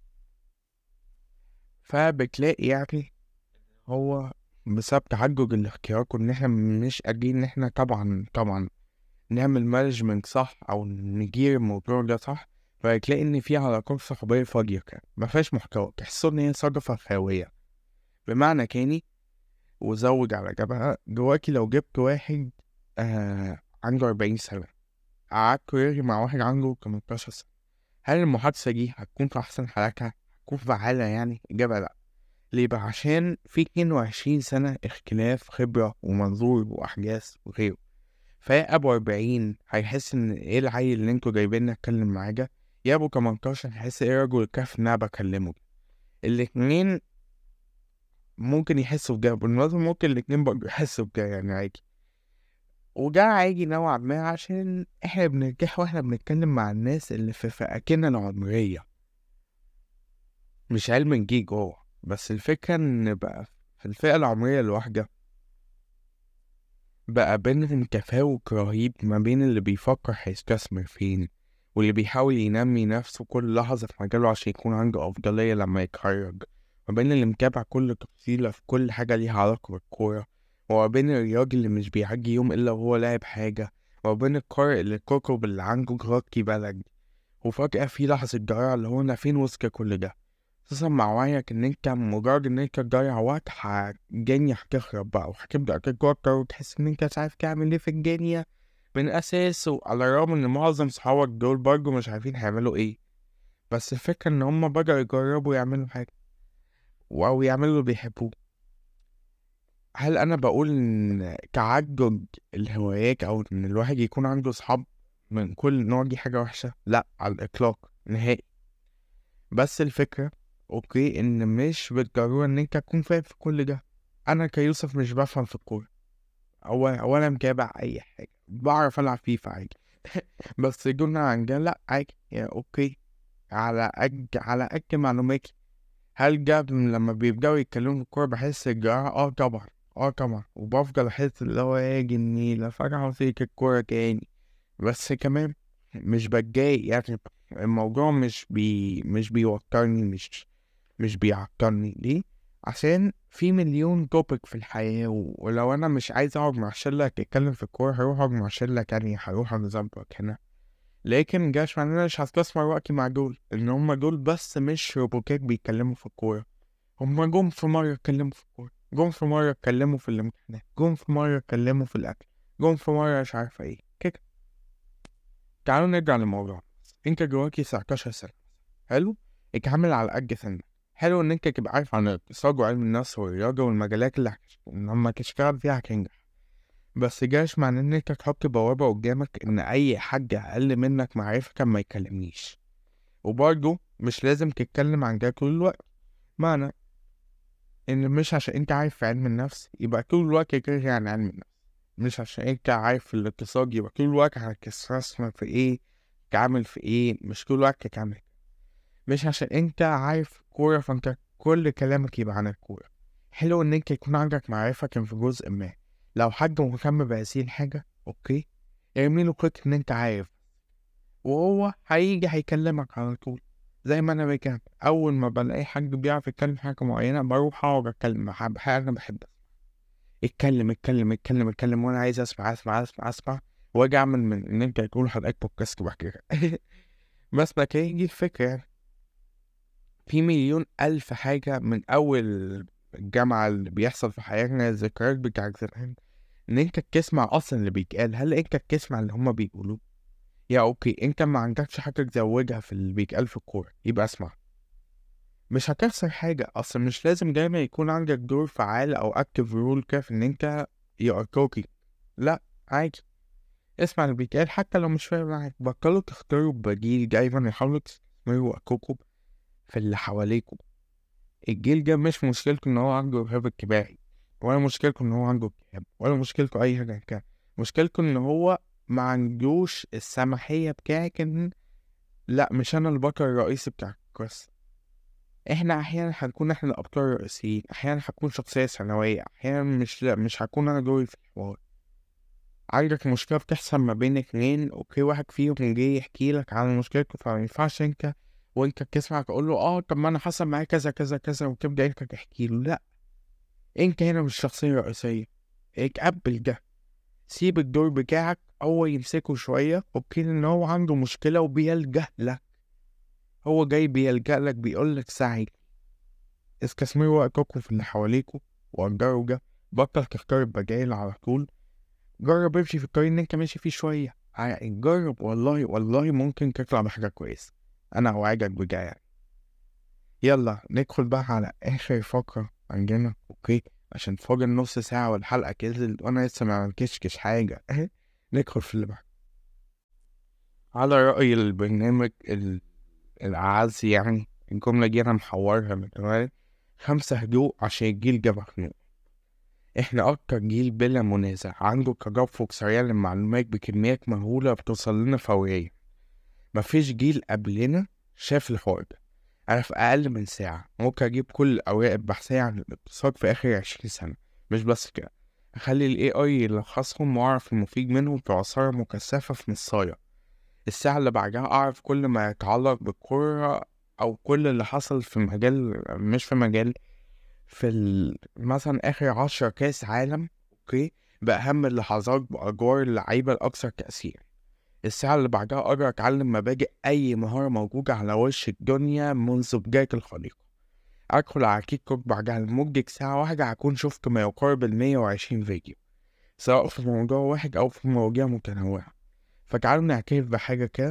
فبتلاقي يعني هو بسبب تعجج الاختيار كنا احنا مش قادرين ان احنا طبعا طبعا نعمل مانجمنت صح او ندير الموضوع ده صح. فهتلاقي ان في علاقات صحوبية فاضية كده مفيهاش محتوى، تحسوا ان هي صدفة خاوية بمعنى تاني. وزود على جبهة دلوقتي، لو جبت واحد آه عنده أربعين سنة قعدت يرغي مع واحد عنده تمنتاشر سنة، هل المحادثة دي هتكون في أحسن حالاتها؟ هتكون فعالة؟ يعني إجابة لأ. ليه بقى؟ عشان في اتنين وعشرين سنة اختلاف خبرة ومنظور وأحداث وغيره. فيا ابو أربعين هيحس ان ايه العيل اللي انتوا جايبيني اتكلم معاه ده، يا ابو تمنتاشر هيحس ايه رجل الكهف ان انا بكلمه. الاتنين ممكن يحسوا بده، بالمناسبة ممكن الاتنين برضه يحسوا بده يعني عادي. وده عادي نوعا ما عشان احنا بنرتاح واحنا بنتكلم مع الناس اللي في فئتنا العمرية، مش علم نجي جوه. بس الفكرة ان بقى في الفئة العمرية الواحدة بقى بينهم تفاوت رهيب ما بين اللي بيفكر هيستثمر فين واللي بيحاول ينمي نفسه كل لحظة في مجاله عشان يكون عنده أفضلية لما يتخرج، ما بين اللي متابع كل تفصيلة في كل حاجة ليها علاقة بالكورة، وما بين الرياضي اللي مش بيعدي يوم إلا وهو لاعب حاجة، وما بين القارئ اللي الكوكب اللي عنده غطي بلد. وفجأة في لحظة ضياع اللي هو أنا فين وسط كل ده، خصوصا مع وعيك ان انت مجرد ان انت تضيع وقت الدنيا هتخرب بقى وهتبدأ تتوتر وتحس ان انت مش عارف تعمل ايه في الدنيا من اساسه، على الرغم ان معظم صحابك دول برضه مش عارفين هيعملوا ايه. بس الفكرة ان هما بدأوا يجربوا يعملوا حاجة او يعملوا اللي بيحبوه. هل انا بقول ان تعدد الهوايات او ان الواحد يكون عنده صحاب من كل نوع دي حاجة وحشة؟ لا على الاطلاق نهائي. بس الفكرة اوكي ان مش بالضرورة ان انت تكون فاهم في كل ده. انا كيوسف مش بفهم في الكورة او ولا متابع اي حاجة، بعرف العب فيفا عادي. بس دون عن ده لا عادي يعني اوكي، على قد على قد معلوماتي. هل ده لما بيبدأوا يتكلموا في الكورة بحس الجراحة؟ اه طبعا، اه طبعا، وبفضل احس اللي هو ايه جنيلة فجأة فيك الكورة تاني. بس كمان مش بتضايق يعني، الموضوع مش بي مش بيوترني، مش مش بيعطلني. ليه؟ عشان في مليون توبك في الحياة و... ولو أنا مش عايز أقعد مع شلة تتكلم في الكورة هروح أقعد مع شلة تانية، هروح أظبط هنا. لكن جاش معناه مش هستثمر وقتي مع دول، إن هما دول بس مش روبوتات بيتكلموا في الكورة. هما جم في مرة اتكلموا في الكورة، جم في مرة اتكلموا في الامتحانات، جم في مرة اتكلموا في الأكل، جم في مرة مش عارفة ايه كده. تعالوا نرجع للموضوع. انت جواكي تسعتاشر سنة، حلو، اتعامل على قد سنك. حلو ان انت تبقى عارف عن الاقتصاد وعلم النفس والرياضة والمجالات اللي هت- ان هما تشتغل فيها هتنجح. بس جاش معناه ان انت تحط بوابة قدامك ان اي حد اقل منك معرفة كان ما يكلمنيش. وبرضه مش لازم تتكلم عن ده طول الوقت. معنى ان مش عشان انت عارف في علم النفس يبقى طول الوقت تكره عن علم النفس. مش عشان انت عارف في الاقتصاد يبقى طول الوقت هتستثمر في ايه، تعمل في ايه، مش طول الوقت تعمل. مش عشان انت عارف كورة فانت كل كلامك يبقى عن الكورة. حلو ان انت يكون عندك معرفة كان في جزء ما. لو حد مهتم بهذه الحاجة اوكي، ارميله قط ان انت عارف، وهو هيجي هيكلمك على طول. زي ما انا بكام اول ما بلاقي حد بيعرف يتكلم في حاجه معينه بروح اقعد اتكلم مع حاجه انا بحبها. اتكلم اتكلم اتكلم اتكلم وانا عايز اسمع اسمع اسمع اسمع واجي اعمل من ان انت تقول حلقات بودكاست وبحكي. بس ما كان يجي الفكره يعني في مليون الف حاجه من اول الجامعه اللي بيحصل في حياتنا، الذكريات بتاعت زمان، ان انت تسمع اصلا اللي بيتقال. هل انت تسمع اللي هما بيقولوه؟ يا اوكي انت ما عندكش حاجه تزوجها في اللي بيتقال في الكوره يبقى اسمع، مش هتخسر حاجه. اصلا مش لازم دايما يكون عندك دور فعال او اكتف رول كيف ان انت ياركوكي، لا عادي اسمع اللي بيتقال حتى لو مش فاهم معاك. بطلوا تختاروا بديل دايما، يحاولوا تستثمروا وقتكم في اللي حواليكم. الجيل ده مش مشكلته ان هو عنده رهاب اجتماعي، ولا مشكلته ان هو عنده اكتئاب، ولا مشكلته اي حاجه كده. مشكلته ان هو ما عندوش السماحيه بتاعك ان لا مش انا البطل الرئيسي بتاع القصه. احنا احيانا هنكون احنا الابطال الرئيسيين، احيانا هكون شخصيه ثانويه، احيانا مش لا مش هكون انا دوري في الحوار. عندك مشكله بتحصل ما بين اتنين، اوكي واحد فيهم جاي يحكي لك عن مشكلته، فما ينفعش انت وانت بتسمع تقول له اه طب ما انا حصل معايا كذا كذا كذا وتبدا انت تحكي له. لا انت هنا مش الشخصيه الرئيسيه، اتقبل ده، سيب الدور بتاعك هو يمسكه شويه. اوكي ان هو عنده مشكله وبيلجأ لك، هو جاي بيلجأ لك بيقول لك ساعي. استثمروا وقتكم في اللي حواليكوا وقدروا ده. بطل تختار البدايل على طول، جرب امشي في الطريق اللي انت ماشي فيه شوية. يعني جرب والله والله ممكن تطلع بحاجة كويسة، انا اوعدك بجاي يعني. يلا ندخل بقى على اخر فقرة عندنا، اوكي عشان فاضل نص ساعة والحلقة كذلت وانا لسه ما عملتش حاجة. ندخل في اللي بعد. على رأي البرنامج ال- الأعز يعني الجملة دي انا محورها من زمان: خمسة هدوء عشان الجيل ده مخنوق. احنا اكتر جيل بلا منازع عنده تدفق سريع للمعلومات بكميات مهولة بتوصل لنا فوريا. مفيش جيل قبلنا شاف الحوار ده. انا في اقل من ساعة ممكن اجيب كل الاوراق البحثية عن الاقتصاد في اخر عشرين سنة. مش بس كده، اخلي الاي اي يلخصهم واعرف المفيد منهم في عصارة مكثفة في نصاية. الساعة اللي بعدها اعرف كل ما يتعلق بالكرة او كل اللي حصل في مجال، مش في مجال، في ال... مثلا آخر عشرة كاس عالم، أوكي، بأهم اللحظات بأدوار اللعيبة الأكثر تأثير. الساعة اللي بعدها أقدر أتعلم مبادئ أي مهارة موجودة على وش الدنيا منذ بداية الخليقة. أدخل على تيك توك بعدها لمدة ساعة واحدة هكون شفت ما يقارب المية وعشرين فيديو، سواء في موضوع واحد أو في مواضيع متنوعة. فتعالوا نعترف بحاجة كده: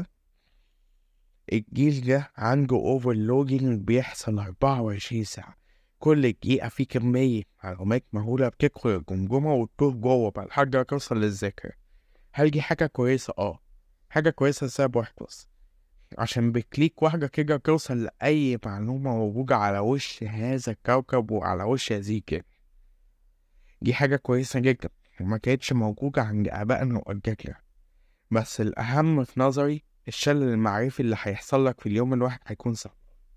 الجيل ده عنده اوفرلودنج بيحصل أربعة وعشرين ساعة. كل دقيقة في كمية معلومات مهولة بتدخل الجمجمة وتدور جوه بقى لحد ما توصل للذاكرة. هل دي حاجة كويسة؟ اه حاجة كويسة لسبب واحد بس: عشان بكليك واحدة كده توصل لأي معلومة موجودة على وش هذا الكوكب وعلى وش هذه الكلمة. دي حاجة كويسة جدا وما كانتش موجودة عند آبائنا وأجدادنا. بس الأهم في نظري الشلل المعرفي اللي هيحصل لك في اليوم الواحد هيكون صعب.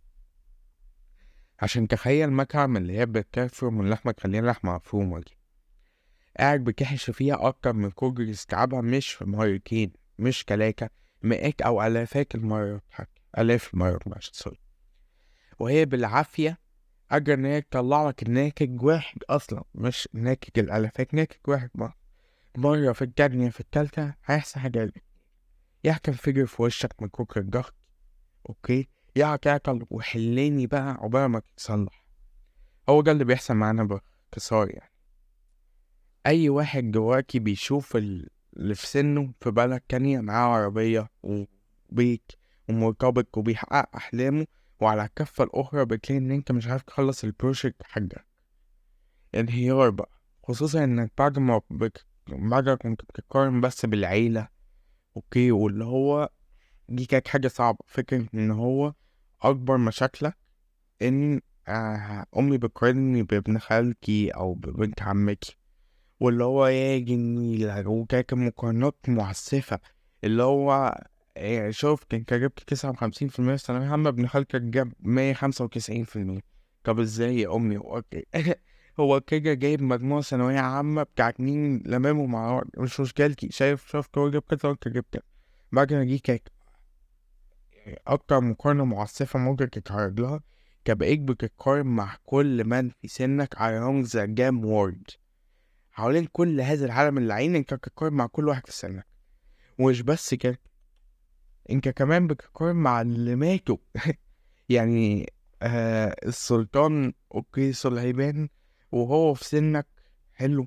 عشان تخيل مكعب اللي هي بتكفر من لحمة خليها لحمة مفرومة دي، قاعد بتحشي فيها أكتر من كوبري يستيعبها، مش في مرتين مش تلاتة، مئات أو آلافات المرات، حتى آلاف المرات معلش سوري. وهي بالعافية قادرة إن هي تطلع لك الناتج واحد أصلا، مش ناتج الآلافات، ناتج واحد. مرة مرة في التانية في التالتة هيحصل حاجة، يا هتنفجر في وشك من كتر الضغط، أوكي، يا هتعطل وحليني بقى عقبال ما تتصلح. هو ده اللي بيحصل معانا باختصار يعني. أي واحد دلوقتي بيشوف اللي في سنه في بلد تانية معاه عربية وبيت ومرتبط وبيحقق أحلامه، وعلى الكفة الأخرى بتلاقي إن أنت مش عارف تخلص البروجكت حاجة، انهيار بقى. خصوصا إنك بعد ما بك... بعد ما كنت بتقارن بس بالعيلة، أوكي، واللي هو دي كانت حاجة صعبة. فكرة إن هو أكبر مشاكلك إن آه أمي بتقارنني بابن خالتي أو ببنت عمتي، واللي هو يا جميل وكاك مقارنات معسفة. اللي هو إيه، شوف انت جبت تسعة وخمسين في المية في ثانوية عامة، ابن خالتك جاب مية خمسة وتسعين في المية. طب ازاي يا أمي؟ هو هو كده جايب مجموعة ثانوية عامة بتاعت مين لمامه مع بعض، مش مشكلتي. شايف شفت هو جاب كده وانت جبت كده. بعد ما جه كاك اكتر مقارنة معسفة ممكن تتعرض لها، كبقيت بتتقارن مع كل من في سنك along the game world. حوالين كل هذا العالم اللعين انت بتتقارن مع كل واحد في سنك، ومش بس كده، انت كمان بتتقارن مع اللي ماتوا. يعني آه السلطان اوكي سليمان وهو في سنك حلو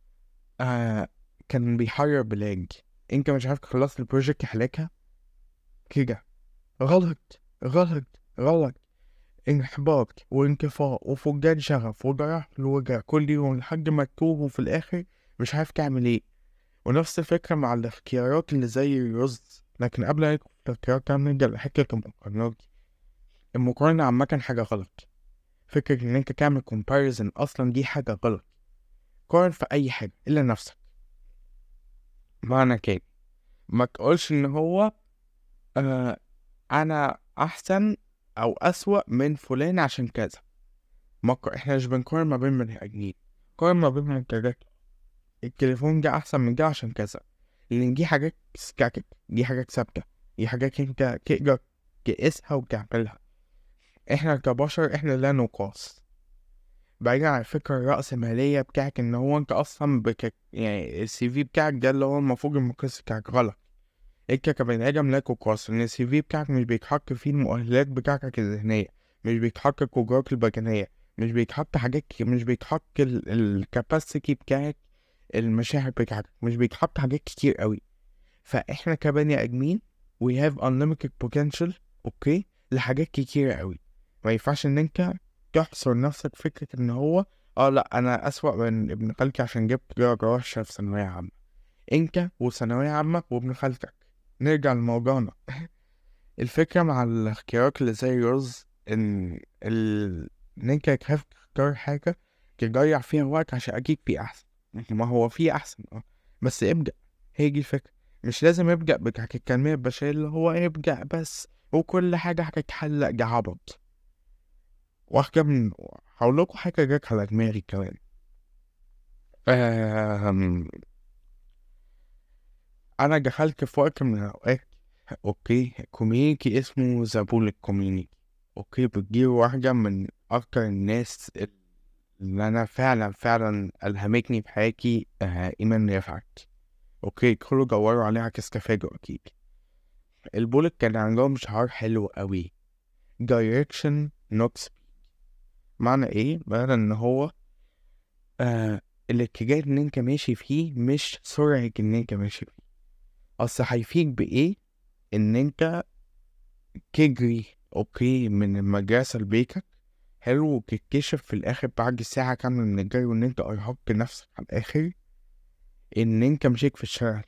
آه كان بيحرر بلاد، انت مش عارف تخلص البروجكت حلاكها كده. غلط غلط غلط. انحباط وانكفاء وفقدان شغف وجرح في الوجع كل يوم لحد ما تتوه، وفي الآخر مش عارف تعمل ايه. ونفس الفكرة مع الاختيارات اللي زي الرز. لكن قبل ما ندخل في الاختيارات تعالى نرجع لحتة المقارنات. المقارنة عامة حاجة غلط. فكرة إن أنت تعمل comparison أصلا دي حاجة غلط. قارن في أي حاجة إلا نفسك. معنى كده ما تقولش إن هو آه أنا أحسن أو أسوأ من فلان عشان كذا. مقر... احنا مش بنقارن ما بين بني ادمين، قارن ما بين منتجات. التليفون ده احسن من ده عشان كذا، لان دي حاجات سكاكت، دي حاجات ثابته، دي حاجات انت تقدر تقيسها وتعملها. احنا كبشر احنا لا نقاس. بعيدا عن الفكرة الرأسمالية بتاعك ان هو انت اصلا بك... يعني السي في بتاعك ده اللي هو المفروض المقياس بتاعك غلط. انت كبني ادم لا تقاس، ان السي في بتاعك مش بيتحط فيه المؤهلات بتاعتك الذهنية، مش بيتحط قدراتك البدنية، مش بيتحط حاجات كتير، مش بيتحط الكاباسيتي بتاعت المشاعر بتاعتك، مش بيتحط حاجات كتير قوي. فاحنا كبني ادمين we have unlimited potential اوكي لحاجات كتيرة قوي. ما ينفعش ان انت تحصر نفسك فكرة ان هو اه لا انا اسوأ من ابن خالتي عشان جبت درجة وحشة في ثانوية عامة. انت وثانوية عامة وابن خالتك. نرجع لموضوعنا. الفكرة مع الاختيارات اللي زي رز ان ال... ان انت تخاف تختار حاجة تضيع فيها وقت عشان اكيد في احسن. ما هو في احسن اه بس ابدأ. هي دي الفكرة. مش لازم ابدأ بتاعت التنمية البشرية اللي هو ابدأ بس وكل حاجة هتتحل. ده عبط. واحدة من هقولكوا حاجة جت على دماغي كمان. أم... انا دخلت في وقت من الاوقات اوكي كوميونيتي اسمه زابول كوميونيتي. اوكي بتجيب واحدة من اكتر الناس اللي انا فعلا فعلا الهمتني في حياتي آه ايمان رفعت. اوكي كله دوروا عليها كاستفاجوا اكيد. البولت كان عندهم شعار حلو قوي direction not speed. معنى ايه؟ معنى ان هو آه الاتجاه اللي انت ماشي فيه مش سرعة ان انت ماشي فيه. اصل هيفيد بايه ان انت تجري اوكي من المدرسة لبيتك حلو وتكتشف في الاخر بعد ساعة كاملة من الجري وان انت ارهقت نفسك على الاخر ان انت مشيت في الشارع.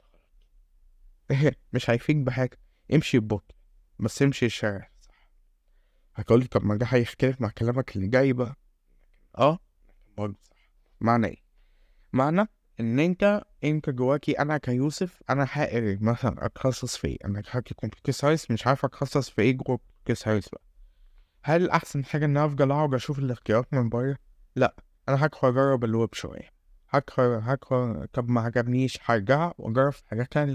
مش هيفيد بحاجة. امشي ببطء بس امشي الشارع صح. هتقولي طب ما ده هيختلف مع كلامك اللي جاي بقى. اه برضه صح. معنى ايه؟ معنى ان انت انت جواكي انا كيوسف انا حائر مثلا اتخصص في ايه. انا حاجة كمبيوتر ساينس مش عارف اتخصص في ايه جوه كمبيوتر ساينس بقى. هل احسن حاجة ان انا افضل اقعد اشوف الاختيارات من بره؟ لا. انا هدخل اجرب الويب شوية. هدخل هدخل طب ما عجبنيش هرجع واجرب حاجة تانية.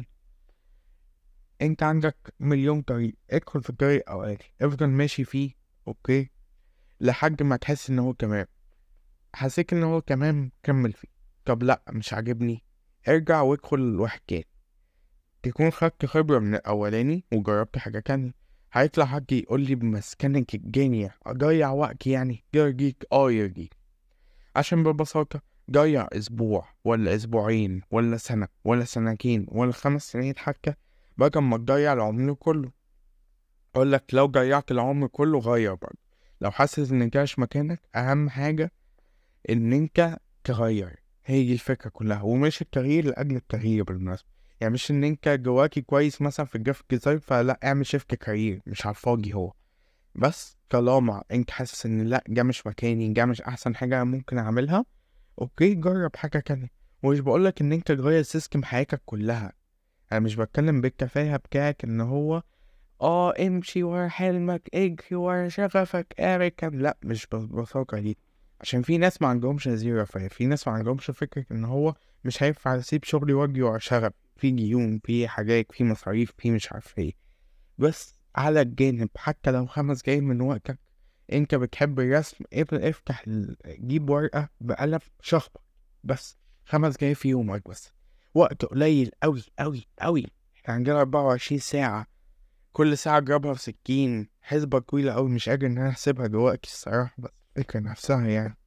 انت عندك مليون طريق. ادخل في الطريق الاولاني افضل ماشي فيه اوكي لحد ما تحس ان هو تمام. حسيت ان هو تمام كمل فيه. طب لا مش عاجبني ارجع وادخل واحد تاني. تكون خدت خبرة من الاولاني وجربت حاجة تانية. هيطلع حد يقول لي بمسكنك الجانية اضيع وقت يعني يرجيك اه يرجيك. عشان ببساطة ضيع اسبوع ولا اسبوعين ولا سنة ولا سنتين ولا خمس سنين حتى بدل ما تضيع العمر كله. اقول لك لو ضيعت العمر كله غير برضه. لو حاسس ان ده مش مكانك اهم حاجة ان انت تغير. هي دي الفكرة كلها. ومش التغيير لاجل التغيير بالمناسبة. يعني مش ان انت جواكي كويس مثلا في الجرافيك ديزاين فلا اعمل شيفت كارير مش على الفاضي هو. بس طالما انت حاسس ان لا ده مش مكاني ده مش احسن حاجة ممكن اعملها اوكي جرب حاجة تانية. ومش بقولك ان انت تغير سيستم حياتك كلها. انا مش بتكلم بالتفاهة بتاعك ان هو اه امشي ورا حلمك اجري ورا شغفك اركب. لا مش بالبساطة دي. عشان في ناس ما عندهمش هذه الرفاهية. في ناس ما عندهمش فكرة ان هو مش هينفع اسيب شغلي واجري ورا شغف. في ديون في حاجات في مصاريف في مش عارف ايه. بس على الجانب حتى لو خمس دقايق من وقتك. انت بتحب الرسم، اف- افتح ال- جيب ورقة بقلم شخبط، بس خمس دقايق في يومك بس، وقت قليل أوي أوي أوي. احنا عندنا أربعة وعشرين ساعة، كل ساعة اضربها في ستين، حسبة طويلة أوي، مش قادر إن أنا أحسبها دلوقتي الصراحة، بس الفكرة نفسها يعني.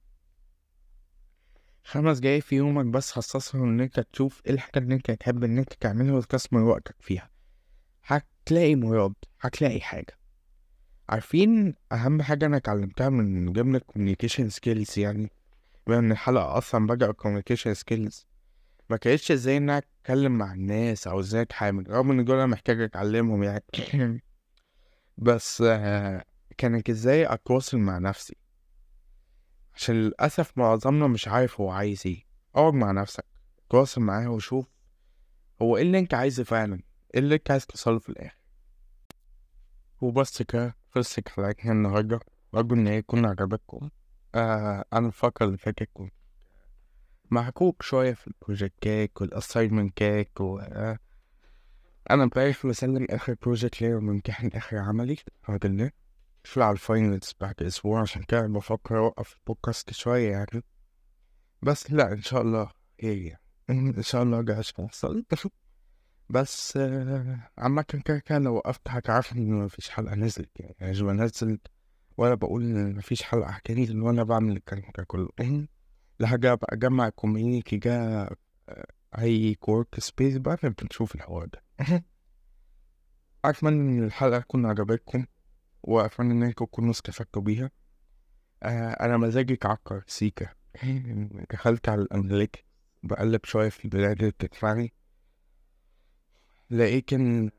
خمس دقايق في يومك بس خصصهم إن أنت تشوف إيه الحاجة اللي أنت تحب إن أنت تعملها وتستثمر وقتك فيها. هتلاقي مراد، هتلاقي حاجة. عارفين أهم حاجة أنا اتعلمتها من ضمن الكوميونيكيشن سكيلز يعني، بما إن الحلقة أصلا بدأ كوميونيكيشن سكيلز، ما كانتش إزاي إن أنا أتكلم مع الناس أو إزاي أتعامل، رغم إن دول أنا محتاج أتعلمهم يعني بس آه، كانت إزاي أتواصل مع نفسي، عشان للأسف معظمنا مش عارف هو عايز إيه. اقعد مع نفسك، تواصل معاه وشوف هو إيه اللي أنت عايزه فعلا، إيه اللي أنت عايز توصله في الآخر. وبس كده خلصت حلقتنا النهاردة، أرجو إن هي تكون عجبتكم. آه أنا الفترة اللي فاتت كنت محكوك شوية في البروجكتات والأسايمنتات و آه أنا امبارح بسلم آخر بروجكت ليا وممتحن آخر عملي الحمد لله، شغل على الفاينلز بعد أسبوع، عشان كده بفكر أوقف البودكاست شوية يعني. بس لا إن شاء الله هي إن شاء الله جاهز هيحصل بس آه، عامة كده كده لو وقفت هتعرف إن مفيش حلقة نزلت، يعني مش بنزل ولا بقول إن مفيش حلقة هتنزل وأنا بعمل الكلام ده كله. لا هرجع بقى أجمع الكوميونيتي ده، آه، أي كورك سبيس بقى بنشوف الحوار ده أتمنى إن الحلقة تكون عجبتكم، وأتمنى إن انتوا تكونوا استفدتوا بيها. آه أنا مزاجي اتعكر سيكا دخلت على الأناليتكس بقلب شوية في البلاد اللي بتدفعني، لقيت إن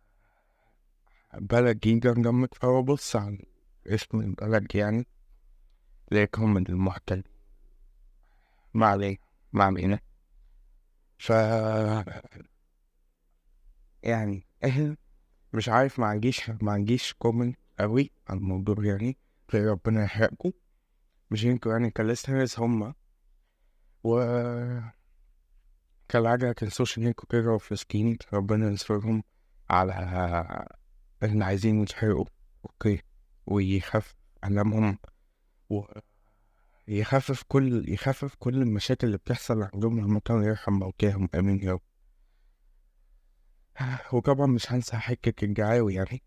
بلد جيجا جنبك، فببص على اسم البلد يعني، لقيتهم من المحتل. ما عليه، ما علينا. ف يعني مش عارف، ما عنديش ما عنديش كومنت قوي على الموضوع يعني، في ربنا يحرقكم، مش انتوا يعني كاليسترز هما. و كالعادة متنسوش ان انتوا تقروا فلسطين، ربنا ينصرهم على اللي عايزين يتحرقوا، اوكي، ويخف ألمهم، ويخفف كل يخفف كل المشاكل اللي بتحصل عندهم، لما كانوا يرحم موتاهم، امين يا رب. وطبعا مش هنسى حكة الجعاوي يعني،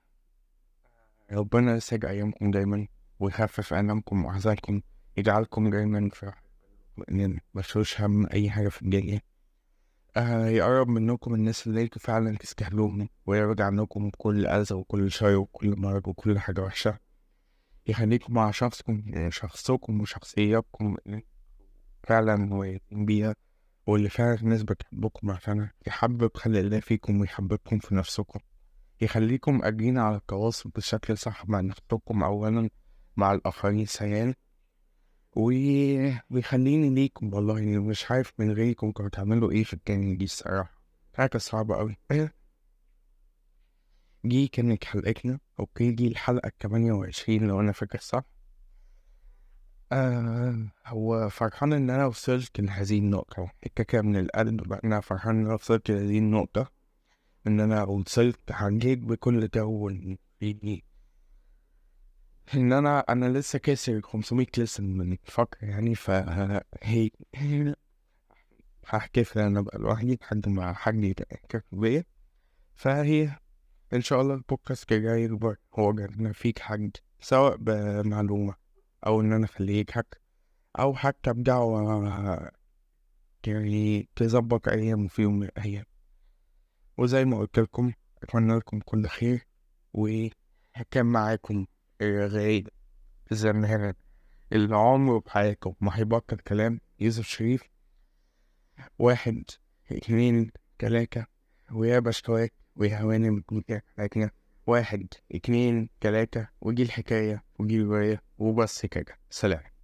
ربنا يسعد أيامكم دايما، ويخفف ألمكم وأحزانكم، يجعلكم دايما في إن مفيش هم أي حاجة في الدنيا. آه يقرب منكم الناس اللي انتوا فعلا تستاهلوهم، ويرجع عنكم كل أذى وكل شر وكل مرض وكل حاجة وحشة، يخليكم مع شخصكم شخصكم وشخصياتكم اللي فعلا مميزين بيها، واللي فعلا الناس بتحبكم عشانها، يحبب خلق الله فيكم ويحببكم في نفسكم، يخليكم قادرين على التواصل بشكل صح مع نفسكم أولا، مع الآخرين ثانيا، وي- ويخليني ليكم. والله إني مش عارف من غيركم كنتوا هتعملوا ايه في التاني دي الصراحة، حاجة صعبة أوي. دي كانت حلقتنا، اوكي، دي الحلقة التمانية وعشرين لو أنا فاكر صح. آه هو فرحان إن أنا وصلت لهذه النقطة، الكاكا من القلب بقى، أنا فرحان إن أنا وصلت لهذه النقطة، إن أنا وصلت حجيت بكل ده، وإن إن أنا أنا لسه كاسر خمسمية لسن من الفقر يعني، فهي هحكي أنا بقى لوحدي لحد ما حد يتأكد بيا. فهي إن شاء الله البودكاست الجاي يكبر، هو جبنا فيك حد، سواء بمعلومة أو إن أنا أخليه يضحك، أو حتى بدعوة يعني تظبط أيام في يوم من الأيام. وزي ما قلت لكم، أتمنى لكم كل خير، وكان معاكم الغالي زمان العمر بحياتكم محبط الكلام يوسف شريف. واحد اتنين تلاتة، ويا بشوات ويا هوانم حياتنا، واحد اتنين تلاتة، ودي الحكاية ودي الرواية، وبس كده، سلام.